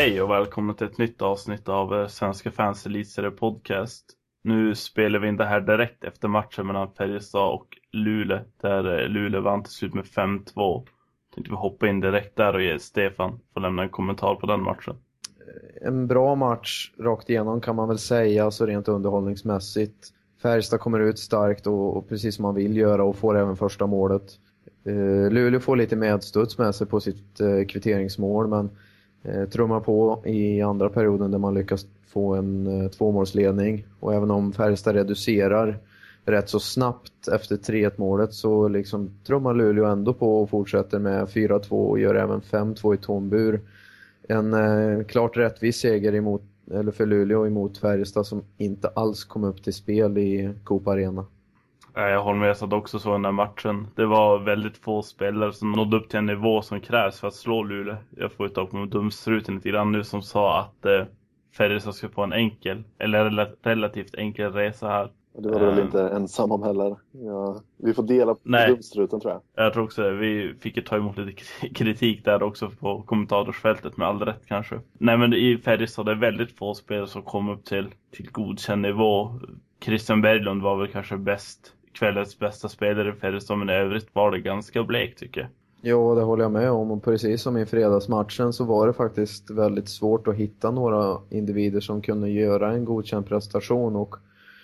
Hej och välkomna till ett nytt avsnitt av Svenska Fans Elitserie Podcast. Nu spelar vi in det här direkt efter matchen mellan Färjestad och Luleå, där Luleå vann till slut med 5-2. Tänkte vi hoppa in direkt där och ge Stefan för lämna en kommentar på den matchen. En bra match rakt igenom kan man väl säga, så rent underhållningsmässigt. Färjestad kommer ut starkt och precis som man vill göra och får även första målet. Luleå får lite medstuds med sig på sitt kvitteringsmål, men trummar på i andra perioden där man lyckas få en tvåmålsledning. Och även om Färjestad reducerar rätt så snabbt efter 3-1 målet, så liksom trummar Luleå ändå på och fortsätter med 4-2 och gör även 5-2 i tombur. En klart rättvis seger för Luleå emot Färjestad som inte alls kom upp till spel i Coop Arena. Jag håller med, att också så den här matchen. Det var väldigt få spelare som nådde upp till en nivå som krävs för att slå Luleå. Jag får ju ta på dumstruten lite grann nu som sa att Färjestad ska få en enkel, eller relativt enkel resa här. Det var väl inte ensam om heller. Ja, vi får dela på dumstruten, tror jag. Jag tror också det. Vi fick ju ta emot lite kritik där också på kommentatorsfältet, med all rätt kanske. Nej, men i Färjestad är det väldigt få spelare som kom upp till godkänd nivå. Christian Berglund var väl kanske kvällens bästa spelare i Färjestad, men i övrigt var det ganska blekt, tycker jag. Ja, det håller jag med om, och precis som i fredagsmatchen så var det faktiskt väldigt svårt att hitta några individer som kunde göra en godkänd prestation, och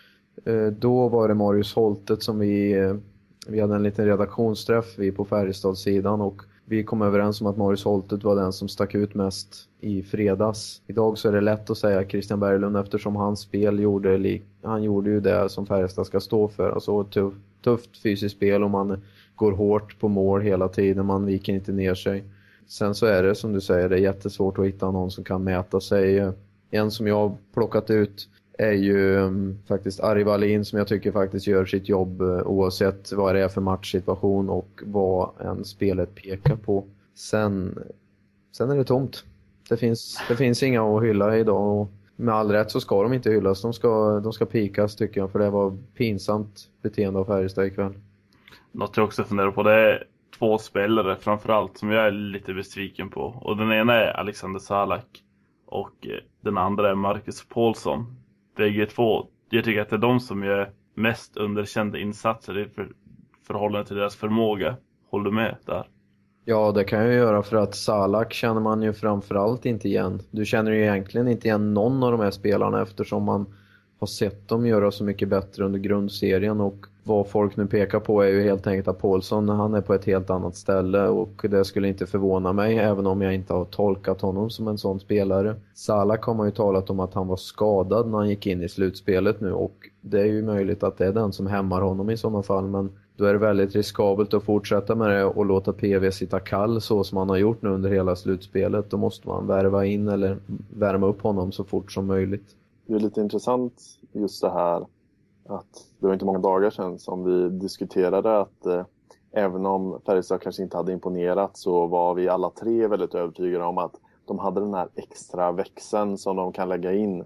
då var det Marius Holtet som vi hade en liten redaktionsträff vi på Färjestadssidan, och vi kom överens om att Marius Holtet var den som stack ut mest i fredags. Idag så är det lätt att säga Christian Berglund, eftersom hans spel han gjorde ju det som Färjestad ska stå för. Alltså tufft fysiskt spel, och man går hårt på mål hela tiden, man viker inte ner sig. Sen så är det som du säger, det är jättesvårt att hitta någon som kan mäta sig. En som jag har plockat ut är ju faktiskt Ari Wallin, som jag tycker faktiskt gör sitt jobb oavsett vad det är för matchsituation och vad en spelet pekar på. Sen är det tomt. Det finns inga att hylla idag, och med all rätt så ska de inte hyllas. De ska pikas, tycker jag, för det var pinsamt beteende av Färjestad ikväll. Något jag också funderar på, det är två spelare framförallt som jag är lite besviken på. Och den ena är Alexander Salak och den andra är Marcus Paulsson. Bägge två, jag tycker att det är de som gör mest underkända insatser i förhållande till deras förmåga. Håller du med där? Ja, det kan jag göra, för att Salak känner man ju framförallt inte igen. Du känner ju egentligen inte igen någon av de här spelarna, eftersom man har sett dem göra så mycket bättre under grundserien. Och vad folk nu pekar på är ju helt enkelt att Paulsson, han är på ett helt annat ställe, och det skulle inte förvåna mig, även om jag inte har tolkat honom som en sån spelare. Salak har man ju talat om att han var skadad när han gick in i slutspelet nu, och det är ju möjligt att det är den som hämmar honom i sådana fall, men då är det väldigt riskabelt att fortsätta med det och låta PV sitta kall så som man har gjort nu under hela slutspelet. Då måste man värva in eller värma upp honom så fort som möjligt. Det är lite intressant just det här att det var inte många dagar sedan som vi diskuterade att även om Färjestad kanske inte hade imponerat, så var vi alla tre väldigt övertygade om att de hade den här extra växeln som de kan lägga in.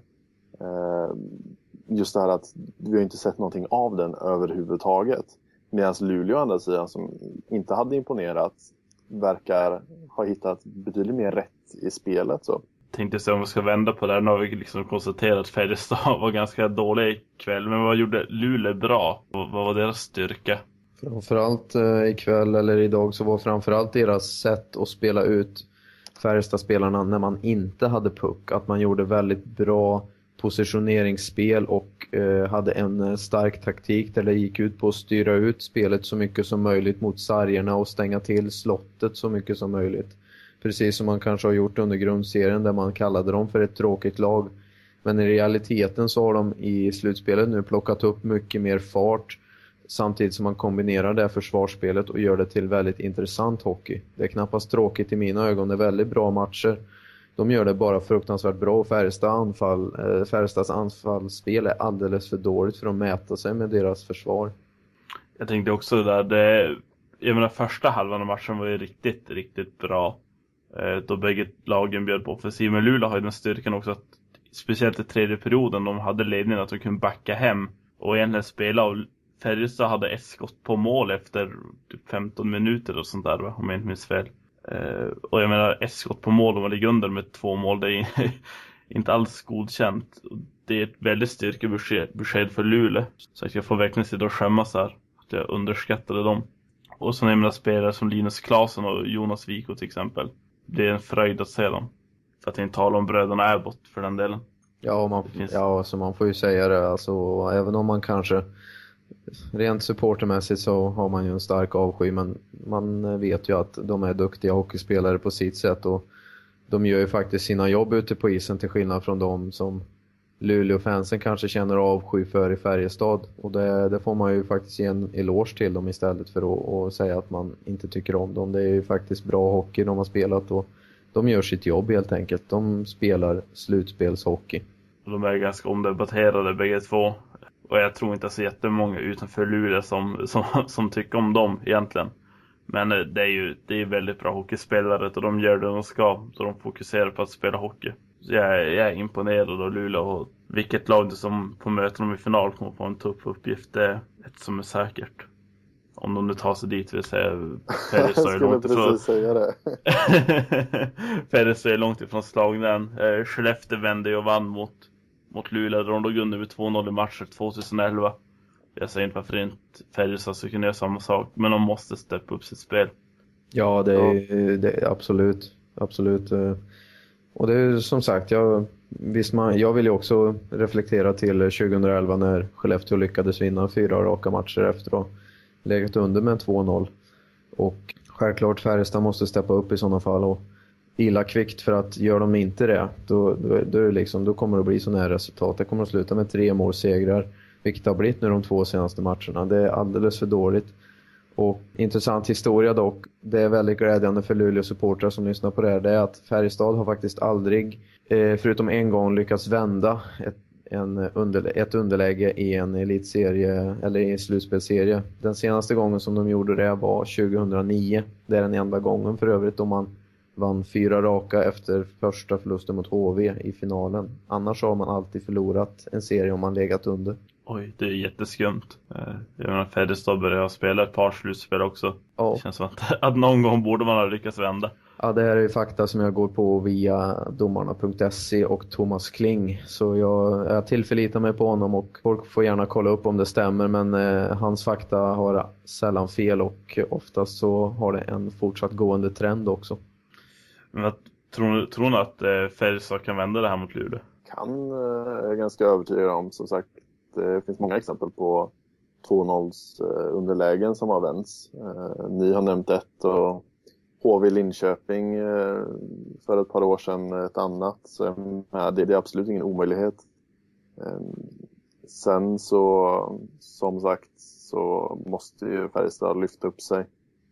Just det här att vi har inte sett någonting av den överhuvudtaget. Medan Luleå, andra sidan, som inte hade imponerat, verkar ha hittat betydligt mer rätt i spelet. Så. Tänkte se om vi ska vända på det här. Nu har vi liksom konstaterat att Färjestad var ganska dålig ikväll. Men vad gjorde Luleå bra? Vad var deras styrka? Framförallt ikväll eller idag så var framförallt deras sätt att spela ut Färjestad-spelarna när man inte hade puck. Att man gjorde väldigt bra positioneringsspel och hade en stark taktik där det gick ut på att styra ut spelet så mycket som möjligt mot sargerna och stänga till slottet så mycket som möjligt. Precis som man kanske har gjort under grundserien där man kallade dem för ett tråkigt lag. Men i realiteten så har de i slutspelet nu plockat upp mycket mer fart, samtidigt som man kombinerar det försvarsspelet och gör det till väldigt intressant hockey. Det är knappast tråkigt i mina ögon, det är väldigt bra matcher. De gör det bara fruktansvärt bra, och Färjestads anfallsspel är alldeles för dåligt för att mäta sig med deras försvar. Jag tänkte också det där, jag menar första halvan av matchen var ju riktigt, riktigt bra. Då bägge lagen bjöd på offensiv. Men Luleå har ju den styrkan också att, speciellt i tredje perioden, de hade ledningen att de kunde backa hem och egentligen spela. Och Färjestad hade ett skott på mål efter typ 15 minuter och sånt där, om jag inte minns fel. Och jag menar, ett skott på mål och man ligger under med 2 mål, det är inte alls godkänt. Det är ett väldigt styrkebesked för Luleå. Så att jag får verkligen sitta och skämmas här. Att jag underskattade dem. Och så nämner spelare som Linus Klasen och Jonas Wiko till exempel. Det är en fröjd att se dem. För att inte tala om bröderna Abbott för den delen. Ja, så man får ju säga det. Alltså, även om man kanske rent supportermässigt så har man ju en stark avsky, men man vet ju att de är duktiga hockeyspelare på sitt sätt, och de gör ju faktiskt sina jobb ute på isen, till skillnad från dem som Luleå-fansen kanske känner avsky för i Färjestad. Och det får man ju faktiskt ge en eloge till dem istället för att säga att man inte tycker om dem. Det är ju faktiskt bra hockey de har spelat, och de gör sitt jobb helt enkelt. De spelar slutspelshockey. De är ganska omdebatterade bägge två. Och jag tror inte så jättemånga utanför Luleå som tycker om dem egentligen. Men det är väldigt bra hockeyspelare, och de gör det de ska. Så de fokuserar på att spela hockey. Så jag är imponerad av Luleå, och vilket lag som får möta dem i final kommer få en tuff uppgift. Det är ett som är säkert. Om de nu tar sig dit, vill säga Färjestad är långt ifrån. Säga det. Färjestad är långt ifrån slagningen. Skellefteå vände och vann mot Luleå. De låg under med 2-0 i matcher 2011. Jag säger inte varför inte Färjestad ska kunna göra samma sak, men de måste steppa upp sitt spel. Ja, det är absolut. Och det är som sagt, jag vill ju också reflektera till 2011 när Skellefteå lyckades vinna 4 raka matcher efter att ha legat under med 2-0. Och självklart Färjestad måste steppa upp i sådana fall, och illa kvickt, för att gör de inte det då kommer det att bli sådana här resultat. Det kommer att sluta med 3 målsegrar, vilket har blivit nu de 2 senaste matcherna. Det är alldeles för dåligt. Och intressant historia dock, det är väldigt glädjande för Luleå-supportrar som lyssnar på det här, det är att Färjestad har faktiskt aldrig, förutom en gång, lyckats vända ett underläge i en elitserie eller i en slutspelserie. Den senaste gången som de gjorde det var 2009. Det är den enda gången för övrigt då man vann 4 raka efter första förlusten mot HV i finalen. Annars har man alltid förlorat en serie om man legat under. Oj, det är jätteskumt. Jag menar, Färjestad börjar spela ett par slutspel också. Ja. Det känns som att någon gång borde man ha lyckats vända. Ja, det här är ju fakta som jag går på via domarna.se och Thomas Kling. Så jag tillförlitar mig på honom, och folk får gärna kolla upp om det stämmer. Men hans fakta har sällan fel, och oftast så har det en fortsatt gående trend också. Men tror ni att Färjestad kan vända det här mot Luleå? Jag är ganska övertygad om, som sagt. Det finns många exempel på 2-0s underlägen som har vänts. Ni har nämnt ett, och HV Linköping för ett par år sedan ett annat. Så det är absolut ingen omöjlighet. Sen så, som sagt, så måste ju Färjestad lyfta upp sig.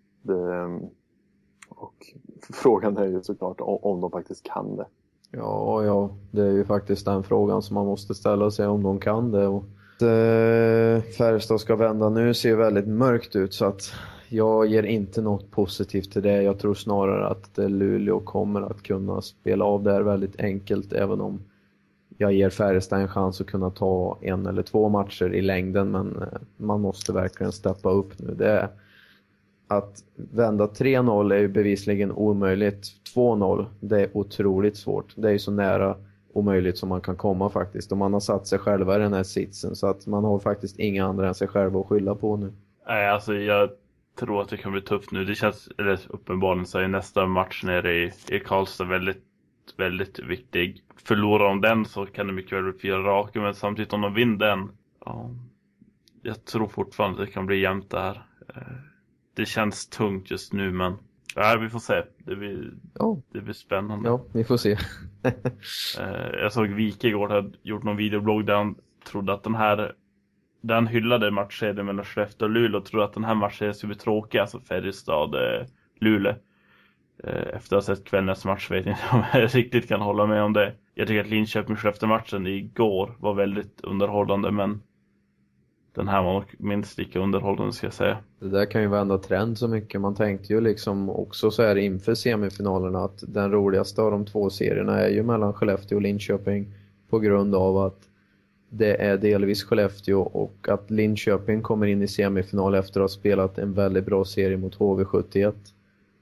Och frågan är ju såklart om de faktiskt kan det. Ja, det är ju faktiskt den frågan som man måste ställa sig, om de kan det. Och Färjestad ska vända nu ser väldigt mörkt ut, så att jag ger inte något positivt till det. Jag tror snarare att Luleå kommer att kunna spela av det här väldigt enkelt, även om jag ger Färjestad en chans att kunna ta 1 eller 2 matcher i längden. Men man måste verkligen steppa upp nu. Att vända 3-0 är ju bevisligen omöjligt. 2-0, det är otroligt svårt. Det är ju så nära omöjligt som man kan komma faktiskt. Och man har satt sig själva i den här sitsen, så att man har faktiskt inga andra än sig själva att skylla på nu. Nej, alltså jag tror att det kan bli tufft nu. Det känns, eller uppenbarligen så är nästa match nere i Karlstad väldigt, väldigt viktig. Förlorar de den så kan det mycket väl bli 4 raka, men samtidigt om de vinner den, ja, jag tror fortfarande att det kan bli jämnt där. Det känns tungt just nu, men ja, vi får se. Det blir spännande. Ja, vi får se. Jag såg Wike igår hade gjort någon videoblogg där han trodde att den hyllade matchserien mellan Skellefteå och Luleå, och trodde att den här matchserien skulle bli tråkig, alltså Färjestad, Luleå. Efter att ha sett kvällens match vet jag inte om jag riktigt kan hålla med om det. Jag tycker att Linköping-Skellefteå-matchen igår var väldigt underhållande, men den här var minst lika underhållande, ska jag säga. Det där kan ju vända trend så mycket. Man tänkte ju liksom också så här inför semifinalerna att den roligaste av de 2 serierna är ju mellan Skellefteå och Linköping, på grund av att det är delvis Skellefteå, och att Linköping kommer in i semifinal efter att ha spelat en väldigt bra serie mot HV71.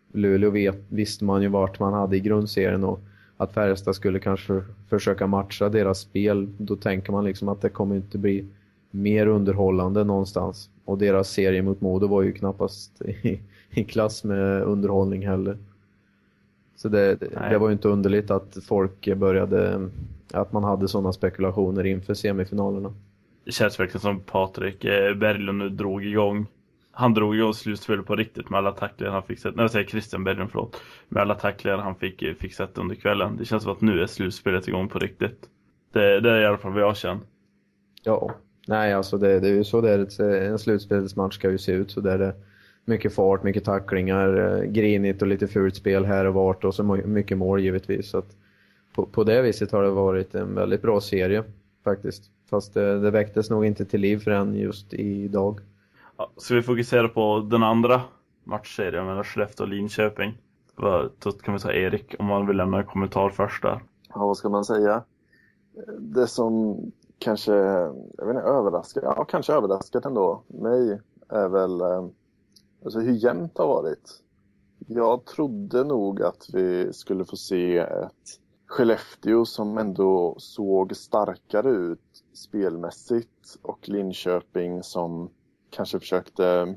Luleå visste man ju vart man hade i grundserien, och att Färjestad skulle kanske försöka matcha deras spel, då tänker man liksom att det kommer inte bli mer underhållande någonstans. Och deras serie mot Modo var ju knappast i klass med underhållning heller. Så det var ju inte underligt att folk började, att man hade sådana spekulationer inför semifinalerna. Det känns verkligen som Patrik Berglund nu drog igång. Han drog igång slutspelet på riktigt med alla tacklingar han fick sett. Nej, jag säger Christian Berglund, förlåt. Med alla tacklingar han fick sett under kvällen. Det känns som att nu är slutspelet igång på riktigt. Det är i alla fall vad jag känner. Ja, nej alltså det är ju så där en slutspelsmatch ska ju se ut. Så där det är mycket fart, mycket tacklingar, grinigt och lite fult spel här och vart, och så mycket mål givetvis. Så att på det viset har det varit en väldigt bra serie faktiskt. Fast det väcktes nog inte till liv förrän just idag. Ja, så vi fokuserar på den andra matchserien mellan Skellefteå och Linköping. Då kan vi ta Erik om man vill lämna en kommentar först där. Ja, vad ska man säga? Det som kanske, jag vet inte, kanske överraskat ändå mig är väl alltså hur jämnt det har varit. Jag trodde nog att vi skulle få se ett Skellefteå som ändå såg starkare ut spelmässigt, och Linköping som kanske försökte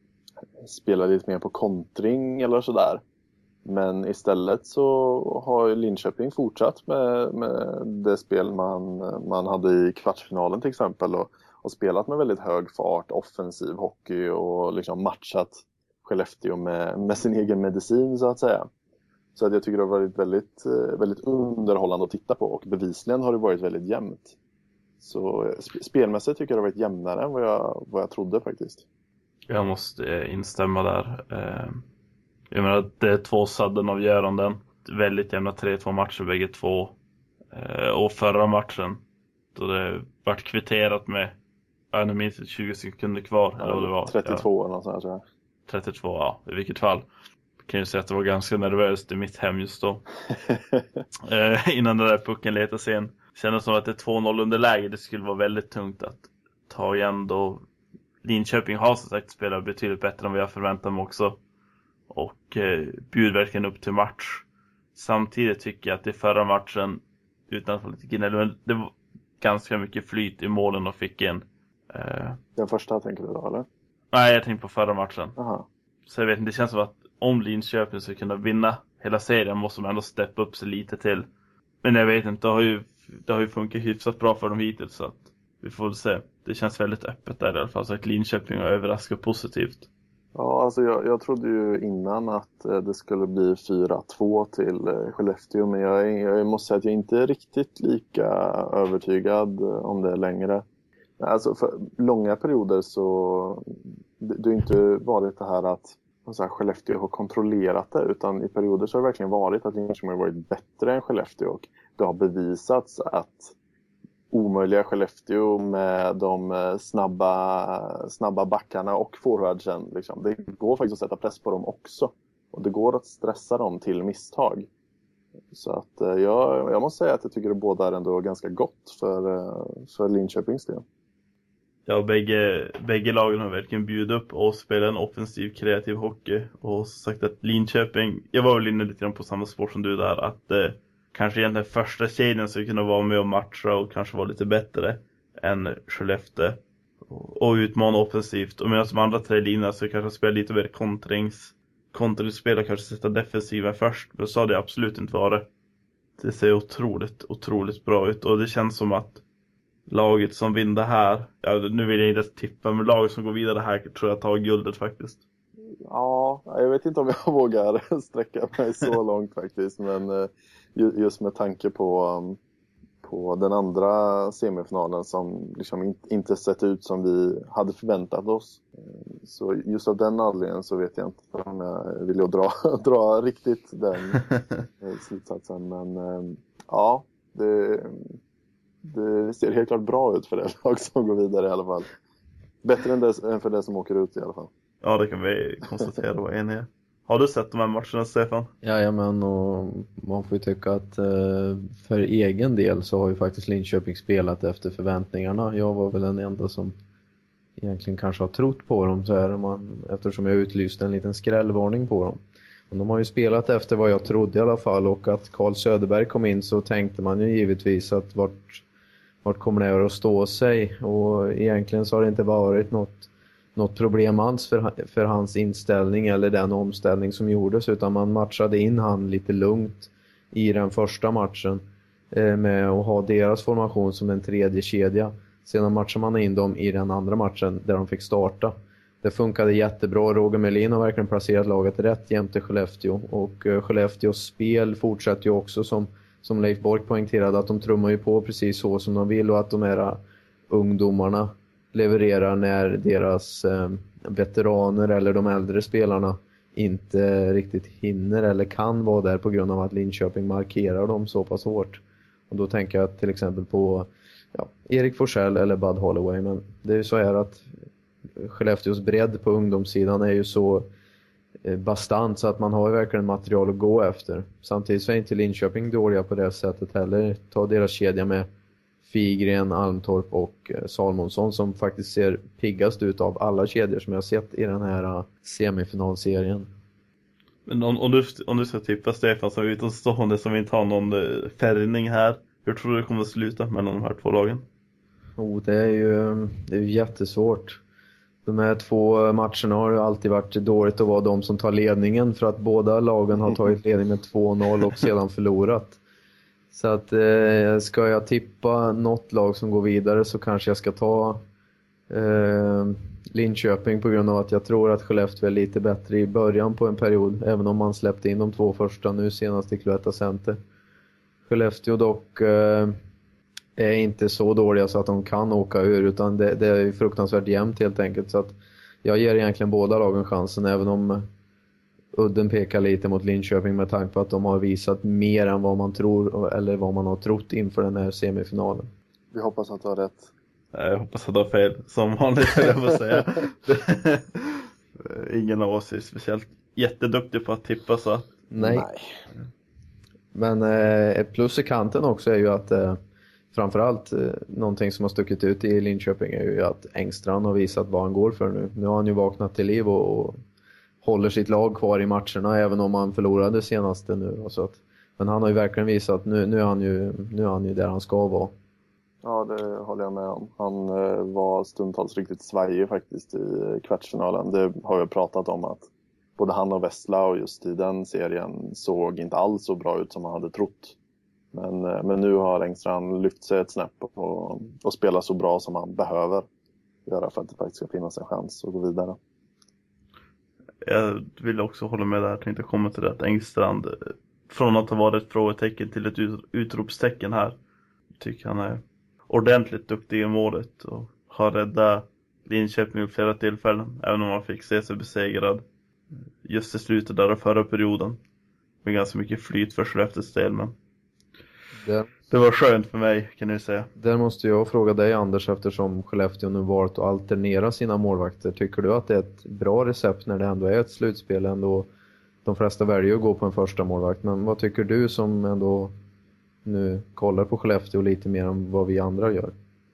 spela lite mer på kontring eller sådär. Men istället så har Linköping fortsatt med det spel man hade i kvartsfinalen till exempel, och spelat med väldigt hög fart, offensiv hockey, och liksom matchat Skellefteå med sin egen medicin så att säga. Så att jag tycker det har varit väldigt, väldigt underhållande att titta på, och bevisligen har det varit väldigt jämnt. Så spelmässigt tycker jag det har varit jämnare än vad jag trodde faktiskt. Jag måste instämma där. Jag menar, det är 2 sudden-avgöranden. Väldigt jämna 3-2 matcher bägge två. Och förra matchen, då det vart kvitterat med, nu minns 20 sekunder kvar. Ja, eller det var 32 eller något sånt här, tror jag. 32, ja, i vilket fall. Jag kan ju säga att det var ganska nervöst i mitt hem just då. Innan den där pucken letade sig in. Kändes som att det är 2-0 underläge. Det skulle vara väldigt tungt att ta igen då. Linköping har som sagt spelat betydligt bättre än vad jag förväntade mig också. Och bjuder verkligen upp till match. Samtidigt tycker jag att i förra matchen, utan att få lite gnäll, men det var ganska mycket flyt i målen och fick in. Den första tänker du då, eller? Nej, jag tänkte på förra matchen. Aha. Så jag vet inte, det känns som att om Linköping ska kunna vinna hela serien måste man ändå steppa upp sig lite till. Men jag vet inte, det har ju funkat hyfsat bra för dem hittills, så att vi får väl se. Det känns väldigt öppet där i alla fall, så att Linköping har överraskat positivt. Ja, alltså jag trodde ju innan att det skulle bli 4-2 till Skellefteå, men jag måste säga att jag inte är riktigt lika övertygad om det längre. Alltså för långa perioder så det har inte varit det här att Skellefteå har kontrollerat det, utan i perioder så har det verkligen varit att Linköping har varit bättre än Skellefteå, och det har bevisats att omöjliga Skellefteå med de snabba backarna och forwardsen, liksom, det går faktiskt att sätta press på dem också, och det går att stressa dem till misstag. Så att jag måste säga att jag tycker det båda är ändå ganska gott för Linköpings del. Ja, bägge lagen har verkligen bjudit upp och spelat en offensiv, kreativ hockey. Och sagt att Linköping, jag var väl inne lite grann på samma spår som du där, att kanske egentligen första kedjan skulle kunna vara med och matcha och kanske vara lite bättre än Skellefteå. Och utmana offensivt. Och medan de andra 3 linjerna så kanske spela lite mer kontringsspel och kanske sätta defensiven först. Men så har det absolut inte varit. Det ser otroligt bra ut. Och det känns som att laget som vinner här, nu vill jag inte tippa, men laget som går vidare här tror jag tar guldet faktiskt. Ja, jag vet inte om jag vågar sträcka mig så långt faktiskt, men just med tanke på den andra semifinalen som liksom inte sett ut som vi hade förväntat oss. Så just av den anledningen så vet jag inte om jag vill dra riktigt den slutsatsen, men ja, det ser helt klart bra ut för det lag som går vidare i alla fall. Bättre än för det som åker ut i alla fall. Ja, det kan vi konstatera och vara eniga. Har du sett de här matcherna, Stefan? Jajamän, och man får ju tycka att för egen del så har ju faktiskt Linköping spelat efter förväntningarna. Jag var väl den enda som egentligen kanske har trott på dem så här, eftersom jag utlyste en liten skrällvarning på dem. De har ju spelat efter vad jag trodde i alla fall, och att Carl Söderberg kom in så tänkte man ju givetvis att vart kommer det att stå sig, och egentligen så har det inte varit något problem alls för hans inställning eller den omställning som gjordes, utan man matchade in han lite lugnt i den första matchen med att ha deras formation som en tredje kedja. Sedan matchade man in dem i den andra matchen där de fick starta. Det funkade jättebra. Roger Melin har verkligen placerat laget rätt jämte Skellefteå, och Skellefteås spel fortsätter ju också som Leif Bork poängterade, att de trummar ju på precis så som de vill, och att de här ungdomarna levererar när deras veteraner eller de äldre spelarna inte riktigt hinner eller kan vara där på grund av att Linköping markerar dem så pass hårt. Och då tänker jag till exempel på Erik Forsell eller Bud Holloway, men det är ju så här att Skellefteås bredd på ungdomssidan är ju så bastant så att man har ju verkligen material att gå efter. Samtidigt så är inte Linköping dåliga på det sättet heller. Ta deras kedja med Figren, Almtorp och Salmonsson som faktiskt ser piggast ut av alla kedjor som jag har sett i den här semifinalserien. Men om du ska tippa Stefan som är utomstående som inte har någon färgning här, hur tror du det kommer att sluta mellan de här två lagen? Det är ju jättesvårt. De här två matcherna har ju alltid varit dåligt att vara de som tar ledningen, för att båda lagen har tagit ledning med 2-0 och sedan förlorat. Så att ska jag tippa något lag som går vidare så kanske jag ska ta Linköping, på grund av att jag tror att Skellefteå är lite bättre i början på en period, även om man släppte in de två första nu senast i Cloetta Center. Skellefteå dock är inte så dåliga så att de kan åka ur, utan det är fruktansvärt jämnt helt enkelt. Så att jag ger egentligen båda lagen chansen, även om udden pekar lite mot Linköping med tanke på att de har visat mer än vad man tror eller vad man har trott inför den här semifinalen. Vi hoppas att du har rätt. Jag hoppas att du har fel, som vanligt vill jag säga. Ingen av oss är speciellt jätteduktig på att tippa så att... Nej. Men ett plus i kanten också är ju att framförallt någonting som har stuckit ut i Linköping är ju att Engstrand har visat vad han går för nu. Nu har han ju vaknat till liv och håller sitt lag kvar i matcherna även om han förlorade senaste nu. Så att, men han har ju verkligen visat att nu är han ju där han ska vara. Ja, det håller jag med om. Han var stundtals riktigt svajig faktiskt i kvartsfinalen. Det har jag pratat om, att både han och Vessla och just i den serien såg inte alls så bra ut som man hade trott. Men nu har Engstrand lyft sig ett snäpp och spelar så bra som han behöver göra för att det faktiskt ska finnas en chans att gå vidare. Jag vill också hålla med där. Jag tänkte komma till det att Engstrand, från att ha varit ett frågetecken till ett utropstecken här, tycker han är ordentligt duktig i målet och har räddat Linköping vid flera tillfällen, även om han fick se sig besegrad just i slutet där av förra perioden med ganska mycket flyt för Skellefteås del, men det var skönt för mig, kan du säga. Där måste jag fråga dig, Anders, eftersom Skellefteå nu valt att alternera sina målvakter. Tycker du att det är ett bra recept när det ändå är ett slutspel? Ändå, de flesta väljer att gå på en första målvakt, men vad tycker du som ändå nu kollar på Skellefteå lite mer än vad vi andra gör?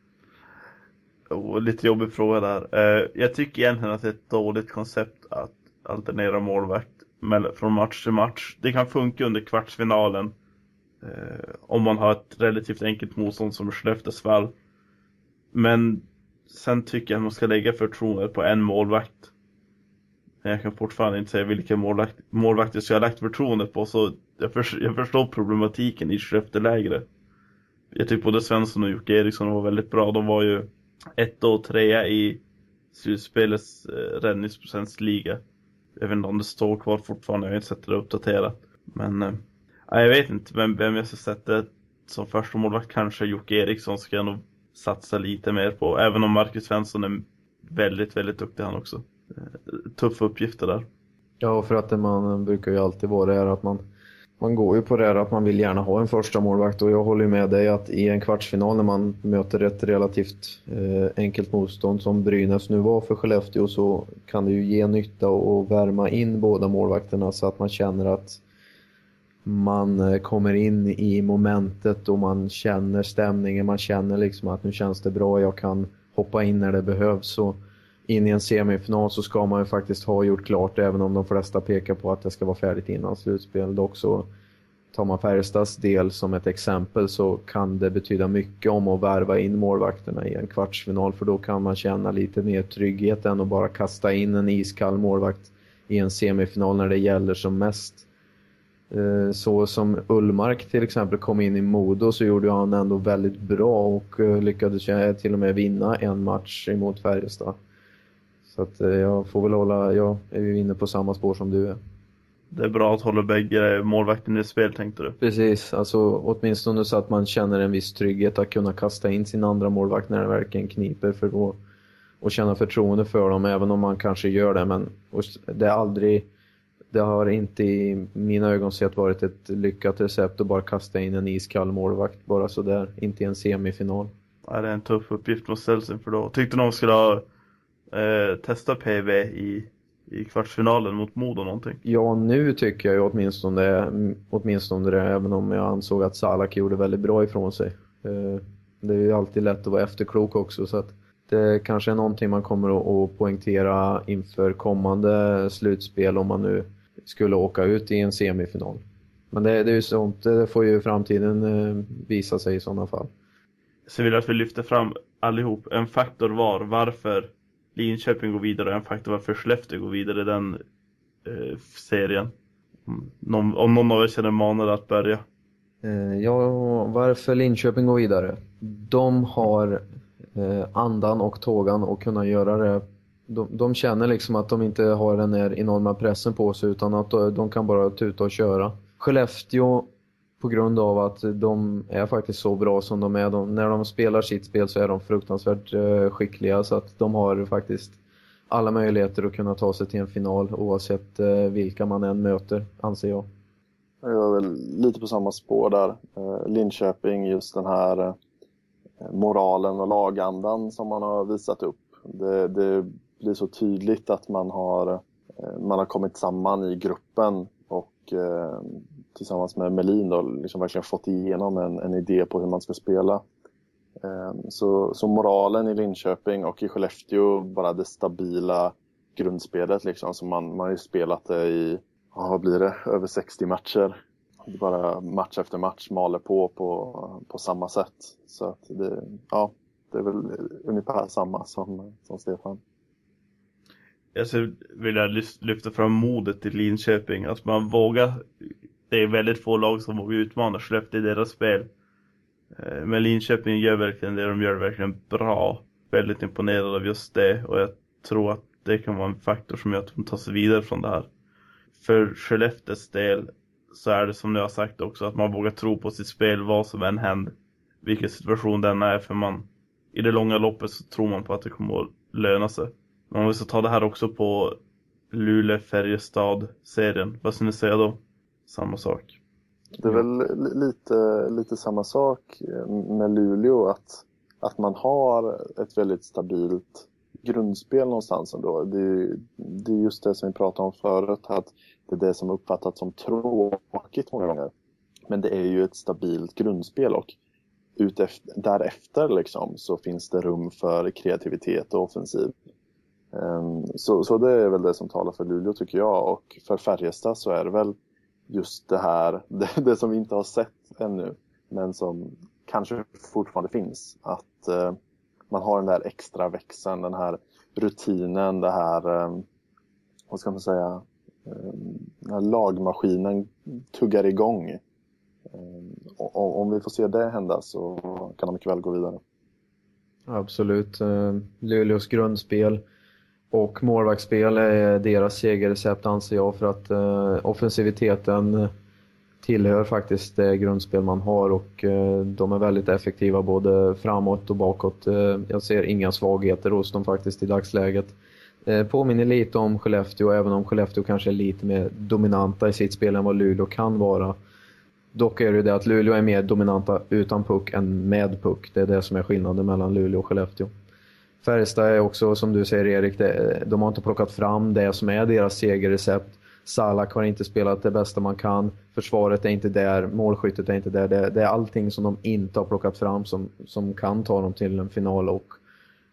Lite jobbig fråga där. Jag tycker egentligen att det är ett dåligt koncept att alternera målvakt från match till match. Det kan funka under kvartsfinalen om man har ett relativt enkelt motstånd som Skellefteås fall. Men sen tycker jag att man ska lägga förtroende på en målvakt. Jag kan fortfarande inte säga vilka målvakter jag har lagt förtroende på, så jag förstår problematiken i Skellefteå-lägret. Jag tycker både Svensson och Jocke Eriksson var väldigt bra. De var ju 1 och 3 i slutspelets räddningsprocentsliga. Jag vet inte om det står kvar fortfarande, jag har inte sett det uppdaterat. Men jag vet inte vem jag ska sätta som första målvakt. Kanske Jocke Eriksson ska jag nog satsa lite mer på. Även om Marcus Svensson är väldigt, väldigt duktig han också. Tuffa uppgifter där. Ja, för att man brukar ju alltid vara det här att man går ju på det här att man vill gärna ha en första målvakt, och jag håller ju med dig att i en kvartsfinal när man möter ett relativt enkelt motstånd som Brynäs nu var för Skellefteå, så kan det ju ge nytta och värma in båda målvakterna så att man känner att man kommer in i momentet och man känner stämningen, man känner liksom att nu känns det bra, jag kan hoppa in när det behövs. Så in i en semifinal så ska man ju faktiskt ha gjort klart, även om de flesta pekar på att det ska vara färdigt innan slutspel. Dock så tar man Färjestads del som ett exempel, så kan det betyda mycket om att värva in målvakterna i en kvartsfinal, för då kan man känna lite mer trygghet än att bara kasta in en iskall målvakt i en semifinal när det gäller som mest. Så som Ullmark till exempel kom in i Modo, så gjorde han ändå väldigt bra och lyckades till och med vinna en match emot Färjestad. Så att jag får väl jag är ju inne på samma spår som du är. Det är bra att hålla bägge målvakten i spel, tänkte du? Precis, alltså åtminstone så att man känner en viss trygghet att kunna kasta in sin andra målvakt när det verkligen kniper, för då och känna förtroende för dem, även om man kanske gör det, men det har inte i mina ögon sett varit ett lyckat recept att bara kasta in en iskall målvakt bara så där, inte i en semifinal. Ja, det är en tuff uppgift man ställs inför då. Tyckte någon skulle ha testa PV i kvartsfinalen mot Modo någonting? Ja, nu tycker jag ju åtminstone det, även om jag ansåg att Salak gjorde väldigt bra ifrån sig. Det är ju alltid lätt att vara efterklok också, så att det kanske är någonting man kommer att poängtera inför kommande slutspel om man nu skulle åka ut i en semifinal. Men det är ju sånt, det får ju framtiden visa sig i sådana fall. Så vill jag att vi lyfter fram allihop en faktor varför Linköping går vidare och en faktor varför Skellefteå går vidare i den serien. Om någon av er känner manade att börja. Ja, varför Linköping går vidare? De har andan och tågan och kunna göra det. De känner liksom att de inte har den här enorma pressen på sig, utan att de kan bara tuta och köra. Skellefteå, på grund av att de är faktiskt så bra som de är. När de spelar sitt spel så är de fruktansvärt skickliga, så att de har faktiskt alla möjligheter att kunna ta sig till en final oavsett vilka man än möter, anser jag. Jag är väl lite på samma spår där. Linköping, just den här moralen och lagandan som man har visat upp. Det blir så tydligt att man har kommit samman i gruppen och tillsammans med Melin då liksom verkligen fått igenom en idé på hur man ska spela. Så moralen i Linköping och i Skellefteå, bara det stabila grundspelet liksom, som man har ju spelat det i, vad blir det, över 60 matcher. Bara match efter match maler på samma sätt. Så att det är väl ungefär samma som Stefan. Jag vill lyfta fram modet i Linköping. Att man vågar. Det är väldigt få lag som vågar utmana Skellefteå i deras spel. Men Linköping gör verkligen det de gör verkligen bra. Väldigt imponerad av just det. Och jag tror att det kan vara en faktor som gör att de tar sig vidare från det här. För Skellefteås del så är det som jag har sagt också, att man vågar tro på sitt spel vad som än händer. Vilken situation den är, för man i det långa loppet så tror man på att det kommer att löna sig. Men om vi ska ta det här också på Luleå-Färjestad-serien, vad ska ni säga då? Samma sak. Det är väl lite samma sak med Luleå, att man har ett väldigt stabilt grundspel någonstans ändå. Det är just det som vi pratade om förut, att det är det som uppfattats som tråkigt många gånger. Men det är ju ett stabilt grundspel, och därefter liksom, så finns det rum för kreativitet och offensiv. Så det är väl det som talar för Luleå, tycker jag. Och för Färjestad så är det väl just det här, det som vi inte har sett ännu, men som kanske fortfarande finns. Att man har den där extra växeln, den här rutinen, det här, vad ska man säga, när lagmaskinen tuggar igång. Om vi får se det hända så kan de mycket väl gå vidare. Absolut. Luleås grundspel och målvaktsspel är deras segerrecept, anser jag, för att offensiviteten tillhör faktiskt det grundspel man har, och de är väldigt effektiva både framåt och bakåt. Jag ser inga svagheter hos dem faktiskt i dagsläget. Påminner lite om Skellefteå, även om Skellefteå kanske är lite mer dominanta i sitt spel än vad Luleå kan vara. Dock är det att Luleå är mer dominanta utan puck än med puck. Det är det som är skillnaden mellan Luleå och Skellefteå. Färjestad är också, som du säger Erik, de har inte plockat fram det som är deras segerrecept. Salak har inte spelat det bästa man kan. Försvaret är inte där, målskyttet är inte där. Det är allting som de inte har plockat fram som kan ta dem till en final och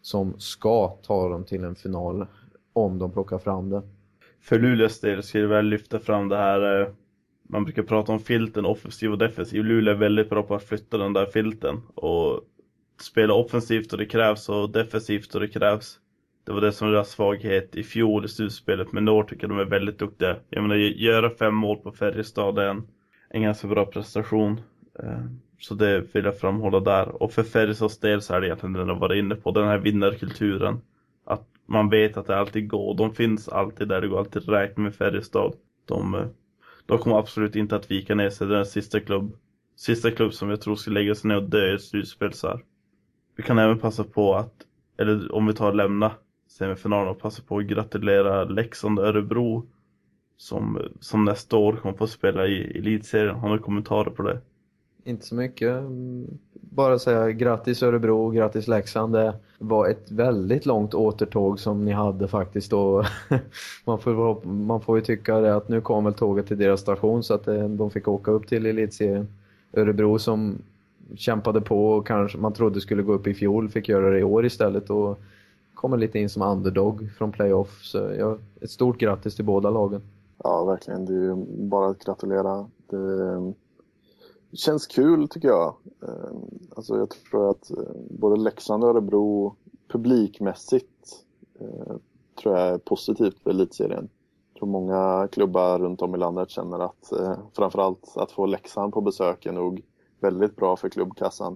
som ska ta dem till en final om de plockar fram det. För Luleås del skulle jag väl lyfta fram det här, man brukar prata om filten offensiv och defensiv. Luleå är väldigt bra på att flytta den där filten och spela offensivt då det krävs och defensivt då det krävs. Det var det som var deras svaghet i fjol i slutspelet, men då tycker jag de är väldigt duktiga. Jag menar, göra 5 mål på Färjestad är en ganska bra prestation. Så det vill jag framhålla där. Och för Färjestads del så är det egentligen den jag var inne på, den här vinnarkulturen. Att man vet att det alltid går. De finns alltid där, det går alltid räkna med Färjestad. De kommer absolut inte att vika ner sig. Det är den sista klubb som jag tror ska lägga sig ner och dö i ett slutspel så här. Vi kan även passa på att, eller om vi tar och lämna semifinalen, och passa på att gratulera Leksand och Örebro som nästa år kommer få spela i elitserien. Har du kommentarer på det? Inte så mycket. Bara säga grattis Örebro, grattis Leksand. Det var ett väldigt långt återtåg som ni hade faktiskt då. Man får ju tycka det att nu kom väl tåget till deras station så att de fick åka upp till elitserien. Örebro som kämpade på och kanske man trodde skulle gå upp i fjol fick göra det i år istället och kommer lite in som underdog från playoff. Så ett stort grattis till båda lagen. Ja, verkligen. Det är ju bara att gratulera. Det känns kul tycker jag. Alltså jag tror att både Leksand och Örebro publikmässigt tror jag är positivt för elitserien. Jag tror många klubbar runt om i landet känner att framförallt att få Leksand på besök är nog väldigt bra för klubbkassan.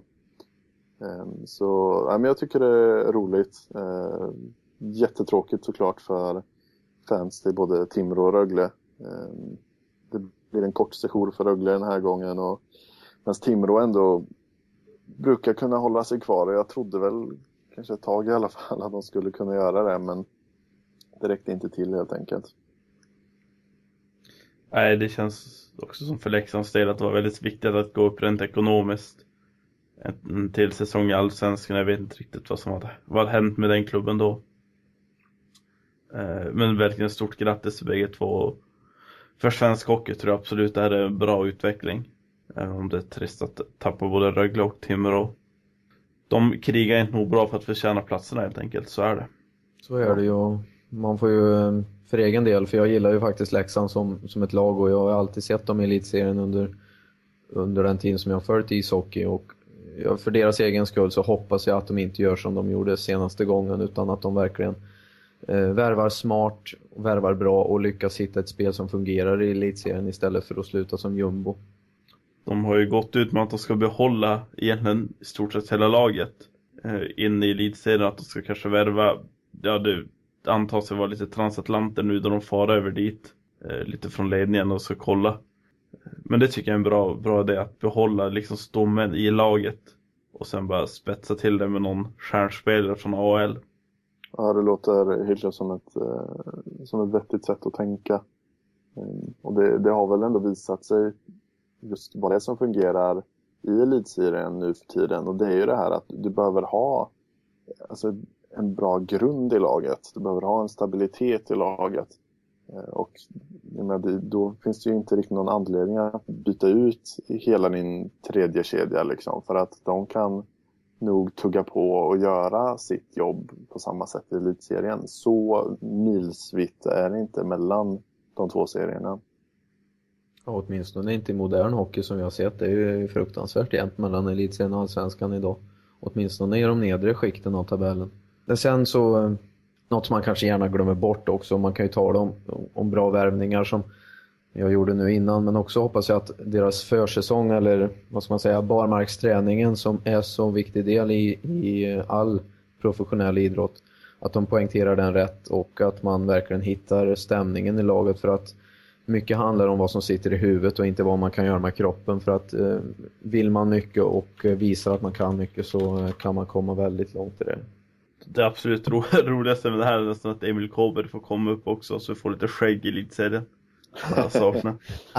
Så men jag tycker det är roligt. Jättetråkigt såklart för fans till både Timrå och Rögle. Det blir en kort sejour för Rögle den här gången och medan Timrå ändå brukar kunna hålla sig kvar. Jag trodde väl kanske ett tag i alla fall att de skulle kunna göra det, men det räckte inte till helt enkelt. Nej, det känns också som för Leksands del att det var väldigt viktigt att gå upp rent ekonomiskt en till säsong i Allsvenskan. Jag vet inte riktigt vad som hade hänt med den klubben då. Men verkligen stort grattis till bägge två. För svensk hockey tror jag absolut det här är en bra utveckling. Om det är trist att tappa både Rögle och Timrå. De krigar inte nog bra för att förtjäna platserna helt enkelt, så är det. Så är det ju. Man får ju för egen del, för jag gillar ju faktiskt Leksand som ett lag och jag har alltid sett dem i elitserien under den tiden som jag har följt ishockey och för deras egen skull så hoppas jag att de inte gör som de gjorde senaste gången utan att de verkligen värvar smart, värvar bra och lyckas hitta ett spel som fungerar i elitserien istället för att sluta som jumbo. De har ju gått ut med att de ska behålla egentligen i stort sett hela laget in i elitserien, att de ska kanske värva, ja det antar sig vara lite transatlanter nu då de far över dit lite från ledningen och ska kolla. Men det tycker jag är en bra idé att behålla liksom stommen i laget och sen bara spetsa till det med någon stjärnspelare från AHL. Ja, det låter helt klart som ett vettigt sätt att tänka. Och det har väl ändå visat sig just vad det är som fungerar i elitserien nu för tiden. Och det är ju det här att du behöver ha alltså, en bra grund i laget. Du behöver ha en stabilitet i laget. Och då finns det ju inte riktigt någon anledning att byta ut hela din tredje kedja liksom. För att de kan nog tugga på och göra sitt jobb på samma sätt i elitserien. Så milsvitt är det inte mellan de två serierna. Ja, åtminstone inte i modern hockey som vi har sett. Det är ju fruktansvärt jämnt mellan elitserien och allsvenskan idag. Åtminstone i de nedre skikten av tabellen. Men sen så, något som man kanske gärna glömmer bort också. Man kan ju tala om bra värvningar som jag gjorde nu innan. Men också hoppas jag att deras försäsong eller vad ska man säga, barmarksträningen som är så viktig del i all professionell idrott. Att de poängterar den rätt och att man verkligen hittar stämningen i laget för att mycket handlar om vad som sitter i huvudet och inte vad man kan göra med kroppen. För att vill man mycket och visar att man kan mycket så kan man komma väldigt långt i det. Det absolut roligaste med det här är nästan att Emil Kåberg får komma upp också så vi får lite skägg i elitserien. Jag saknar.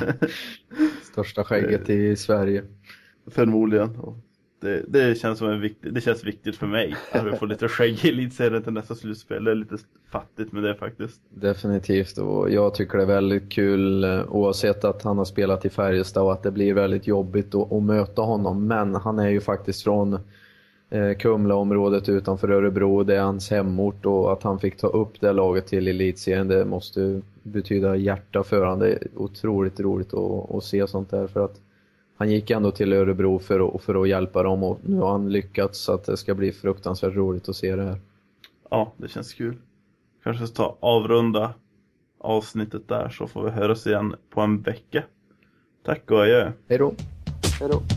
Största skägget i Sverige. Förmodligen. Det känns som det känns viktigt för mig att vi får lite skägg i elitserien till nästa slutspel. Det är lite fattigt med det faktiskt. Definitivt, och jag tycker det är väldigt kul oavsett att han har spelat i Färjestad och att det blir väldigt jobbigt att möta honom. Men han är ju faktiskt från Kumla-området utanför Örebro, det är hans hemort, och att han fick ta upp det laget till elitserien, det måste betyda hjärta för han. Det är otroligt roligt att se sånt där, för att han gick ändå till Örebro för att hjälpa dem, och nu har han lyckats, så att det ska bli fruktansvärt roligt att se det här. Ja, det känns kul. Kanske ska avrunda avsnittet där, så får vi höras igen på en vecka. Tack och adjö. Hej då. Hej då.